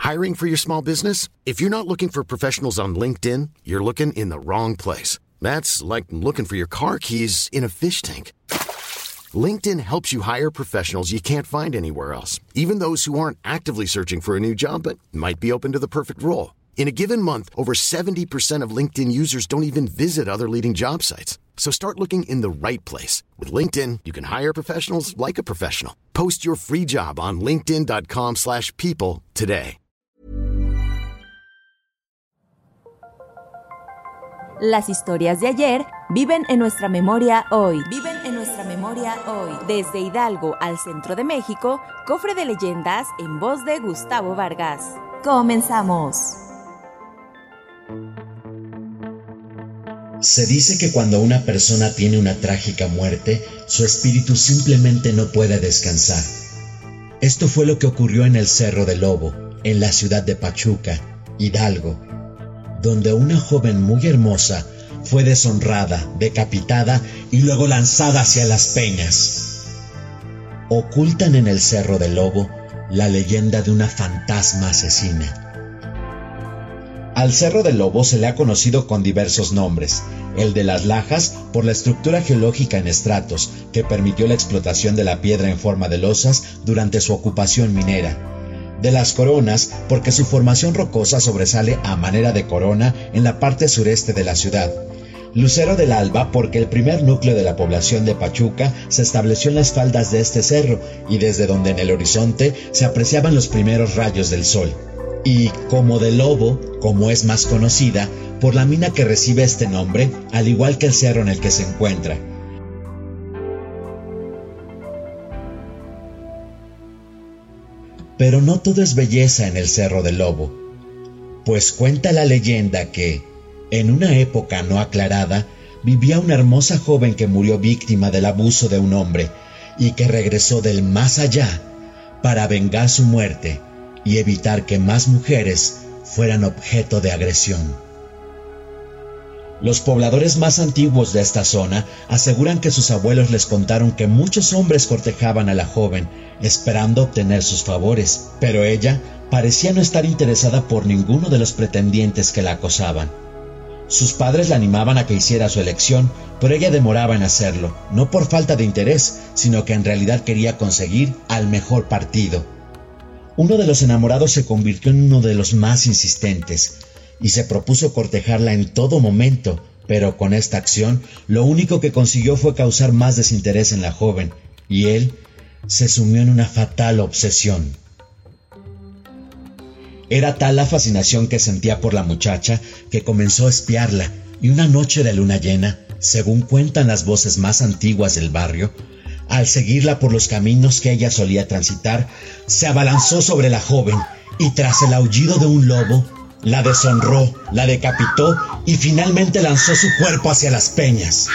Hiring for your small business? If you're not looking for professionals on LinkedIn, you're looking in the wrong place. That's like looking for your car keys in a fish tank. LinkedIn helps you hire professionals you can't find anywhere else, even those who aren't actively searching for a new job but might be open to the perfect role. In a given month, over 70% of LinkedIn users don't even visit other leading job sites. So start looking in the right place. With LinkedIn, you can hire professionals like a professional. Post your free job on linkedin.com/people today. Las historias de ayer viven en nuestra memoria hoy. Desde Hidalgo al centro de México, cofre de leyendas en voz de Gustavo Vargas. Comenzamos. Se dice que cuando una persona tiene una trágica muerte, su espíritu simplemente no puede descansar. Esto fue lo que ocurrió en el Cerro del Lobo, en la ciudad de Pachuca, Hidalgo, donde una joven muy hermosa fue deshonrada, decapitada y luego lanzada hacia las peñas. Ocultan en el Cerro del Lobo la leyenda de una fantasma asesina. Al Cerro del Lobo se le ha conocido con diversos nombres: el de las Lajas por la estructura geológica en estratos que permitió la explotación de la piedra en forma de losas durante su ocupación minera; de las Coronas porque su formación rocosa sobresale a manera de corona en la parte sureste de la ciudad; Lucero del Alba porque el primer núcleo de la población de Pachuca se estableció en las faldas de este cerro y desde donde en el horizonte se apreciaban los primeros rayos del sol; y Como del Lobo, como es más conocida, por la mina que recibe este nombre, al igual que el cerro en el que se encuentra. Pero no todo es belleza en el Cerro del Lobo, pues cuenta la leyenda que, en una época no aclarada, vivía una hermosa joven que murió víctima del abuso de un hombre y que regresó del más allá para vengar su muerte y evitar que más mujeres fueran objeto de agresión. Los pobladores más antiguos de esta zona aseguran que sus abuelos les contaron que muchos hombres cortejaban a la joven, esperando obtener sus favores, pero ella parecía no estar interesada por ninguno de los pretendientes que la acosaban. Sus padres la animaban a que hiciera su elección, pero ella demoraba en hacerlo, no por falta de interés, sino que en realidad quería conseguir al mejor partido. Uno de los enamorados se convirtió en uno de los más insistentes y se propuso cortejarla en todo momento, pero con esta acción lo único que consiguió fue causar más desinterés en la joven, y él se sumió en una fatal obsesión. Era tal la fascinación que sentía por la muchacha que comenzó a espiarla, y una noche de luna llena, según cuentan las voces más antiguas del barrio, al seguirla por los caminos que ella solía transitar, se abalanzó sobre la joven y tras el aullido de un lobo, la deshonró, la decapitó y finalmente lanzó su cuerpo hacia las peñas.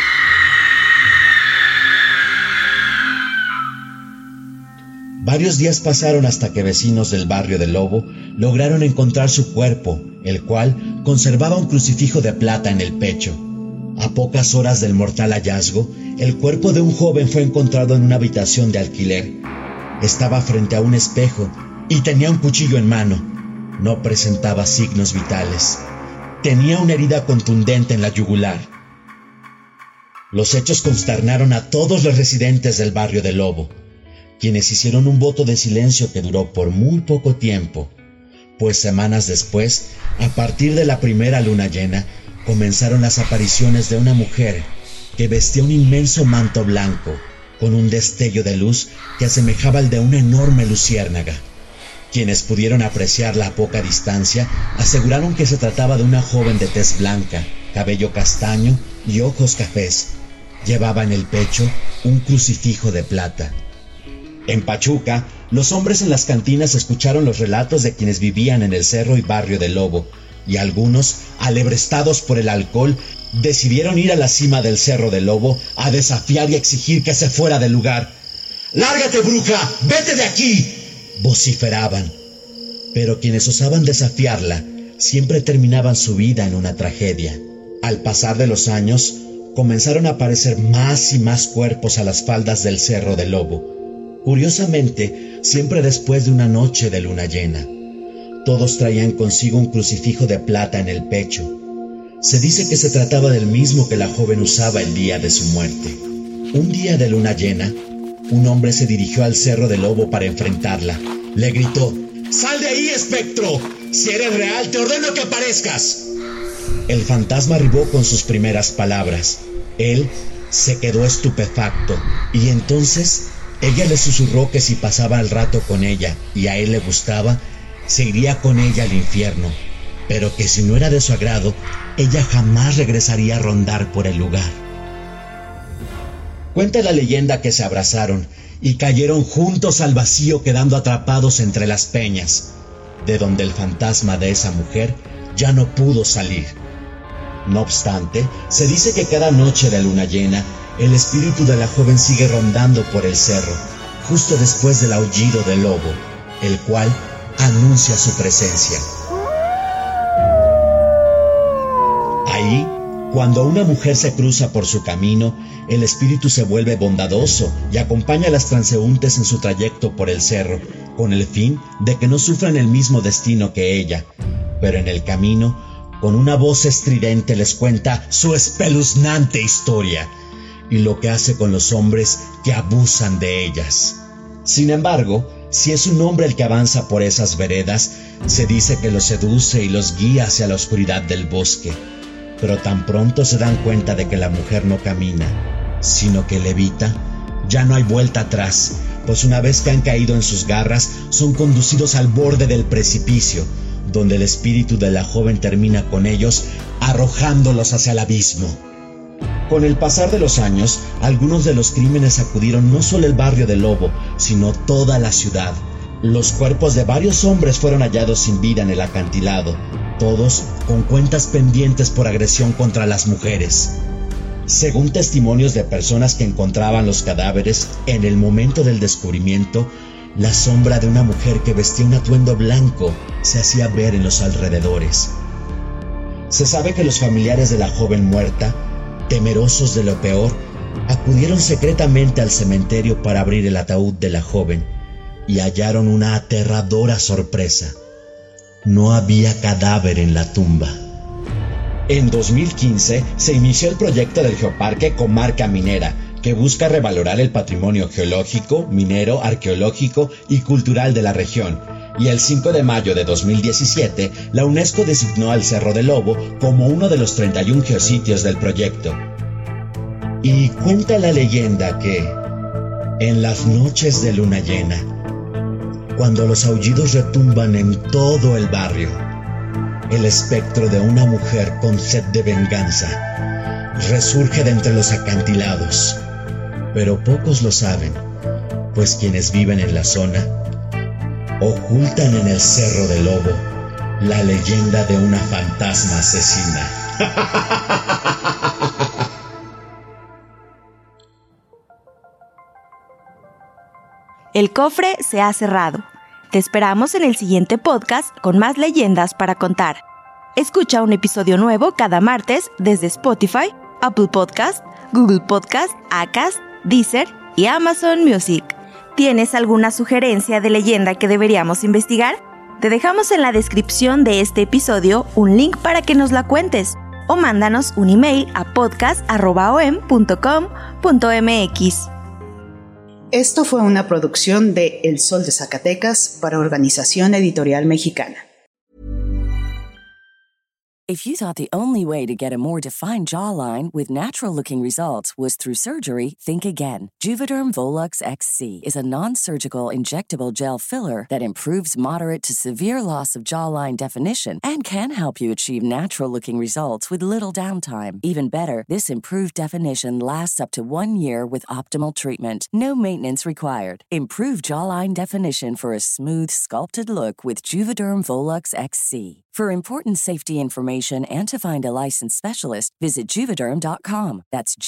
Varios días pasaron hasta que vecinos del barrio del Lobo lograron encontrar su cuerpo, el cual conservaba un crucifijo de plata en el pecho. A pocas horas del mortal hallazgo, el cuerpo de un joven fue encontrado en una habitación de alquiler. Estaba frente a un espejo y tenía un cuchillo en mano. No presentaba signos vitales. Tenía una herida contundente en la yugular. Los hechos consternaron a todos los residentes del barrio del Lobo, quienes hicieron un voto de silencio que duró por muy poco tiempo, pues semanas después, a partir de la primera luna llena, comenzaron las apariciones de una mujer que vestía un inmenso manto blanco, con un destello de luz que asemejaba al de una enorme luciérnaga. Quienes pudieron apreciarla a poca distancia aseguraron que se trataba de una joven de tez blanca, cabello castaño y ojos cafés. Llevaba en el pecho un crucifijo de plata. En Pachuca, los hombres en las cantinas escucharon los relatos de quienes vivían en el cerro y barrio del Lobo, y algunos, alebrestados por el alcohol, decidieron ir a la cima del Cerro del Lobo a desafiar y exigir que se fuera del lugar. ¡Lárgate, bruja! ¡Vete de aquí!, vociferaban. Pero quienes osaban desafiarla siempre terminaban su vida en una tragedia. Al pasar de los años, comenzaron a aparecer más y más cuerpos a las faldas del Cerro del Lobo. Curiosamente, siempre después de una noche de luna llena. Todos traían consigo un crucifijo de plata en el pecho. Se dice que se trataba del mismo que la joven usaba el día de su muerte. Un día de luna llena, un hombre se dirigió al Cerro del Lobo para enfrentarla. Le gritó: ¡Sal de ahí, espectro! Si eres real, te ordeno que aparezcas. El fantasma arribó con sus primeras palabras. Él se quedó estupefacto y entonces ella le susurró que si pasaba el rato con ella y a él le gustaba, se iría con ella al infierno, pero que si no era de su agrado, ella jamás regresaría a rondar por el lugar. Cuenta la leyenda que se abrazaron y cayeron juntos al vacío, quedando atrapados entre las peñas, de donde el fantasma de esa mujer ya no pudo salir. No obstante, se dice que cada noche de luna llena, el espíritu de la joven sigue rondando por el cerro, justo después del aullido del lobo, el cual anuncia su presencia. Ahí, cuando una mujer se cruza por su camino, el espíritu se vuelve bondadoso y acompaña a las transeúntes en su trayecto por el cerro, con el fin de que no sufran el mismo destino que ella. Pero en el camino, con una voz estridente les cuenta su espeluznante historia y lo que hace con los hombres que abusan de ellas. Sin embargo, si es un hombre el que avanza por esas veredas, se dice que los seduce y los guía hacia la oscuridad del bosque. Pero tan pronto se dan cuenta de que la mujer no camina, sino que levita, ya no hay vuelta atrás, pues una vez que han caído en sus garras, son conducidos al borde del precipicio, donde el espíritu de la joven termina con ellos, arrojándolos hacia el abismo. Con el pasar de los años, algunos de los crímenes sacudieron no solo el barrio del Lobo, sino toda la ciudad. Los cuerpos de varios hombres fueron hallados sin vida en el acantilado, todos con cuentas pendientes por agresión contra las mujeres. Según testimonios de personas que encontraban los cadáveres, en el momento del descubrimiento, la sombra de una mujer que vestía un atuendo blanco se hacía ver en los alrededores. Se sabe que los familiares de la joven muerta, temerosos de lo peor, acudieron secretamente al cementerio para abrir el ataúd de la joven y hallaron una aterradora sorpresa. No había cadáver en la tumba. En 2015 se inició el proyecto del Geoparque Comarca Minera, que busca revalorar el patrimonio geológico, minero, arqueológico y cultural de la región. Y el 5 de mayo de 2017, la UNESCO designó al Cerro del Lobo como uno de los 31 geositios del proyecto. Y cuenta la leyenda que, en las noches de luna llena, cuando los aullidos retumban en todo el barrio, el espectro de una mujer con sed de venganza resurge de entre los acantilados. Pero pocos lo saben, pues quienes viven en la zona ocultan en el Cerro del Lobo la leyenda de una fantasma asesina. El cofre se ha cerrado. Te esperamos en el siguiente podcast con más leyendas para contar. Escucha un episodio nuevo cada martes desde Spotify, Apple Podcast, Google Podcast, Acast, Deezer y Amazon Music. ¿Tienes alguna sugerencia de leyenda que deberíamos investigar? Te dejamos en la descripción de este episodio un link para que nos la cuentes o mándanos un email a podcast@om.com.mx. Esto fue una producción de El Sol de Zacatecas para Organización Editorial Mexicana. If you thought the only way to get a more defined jawline with natural-looking results was through surgery, think again. Juvederm Volux XC is a non-surgical injectable gel filler that improves moderate to severe loss of jawline definition and can help you achieve natural-looking results with little downtime. Even better, this improved definition lasts up to 1 year with optimal treatment. No maintenance required. Improve jawline definition for a smooth, sculpted look with Juvederm Volux XC. For important safety information information and to find a licensed specialist, visit Juvederm.com. That's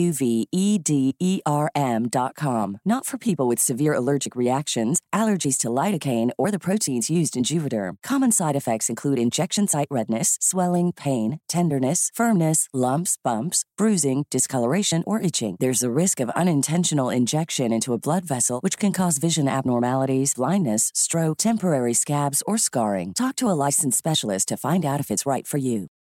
JUVEDERM.com. Not for people with severe allergic reactions, allergies to lidocaine, or the proteins used in Juvederm. Common side effects include injection site redness, swelling, pain, tenderness, firmness, lumps, bumps, bruising, discoloration, or itching. There's a risk of unintentional injection into a blood vessel, which can cause vision abnormalities, blindness, stroke, temporary scabs, or scarring. Talk to a licensed specialist to find out if it's right for you.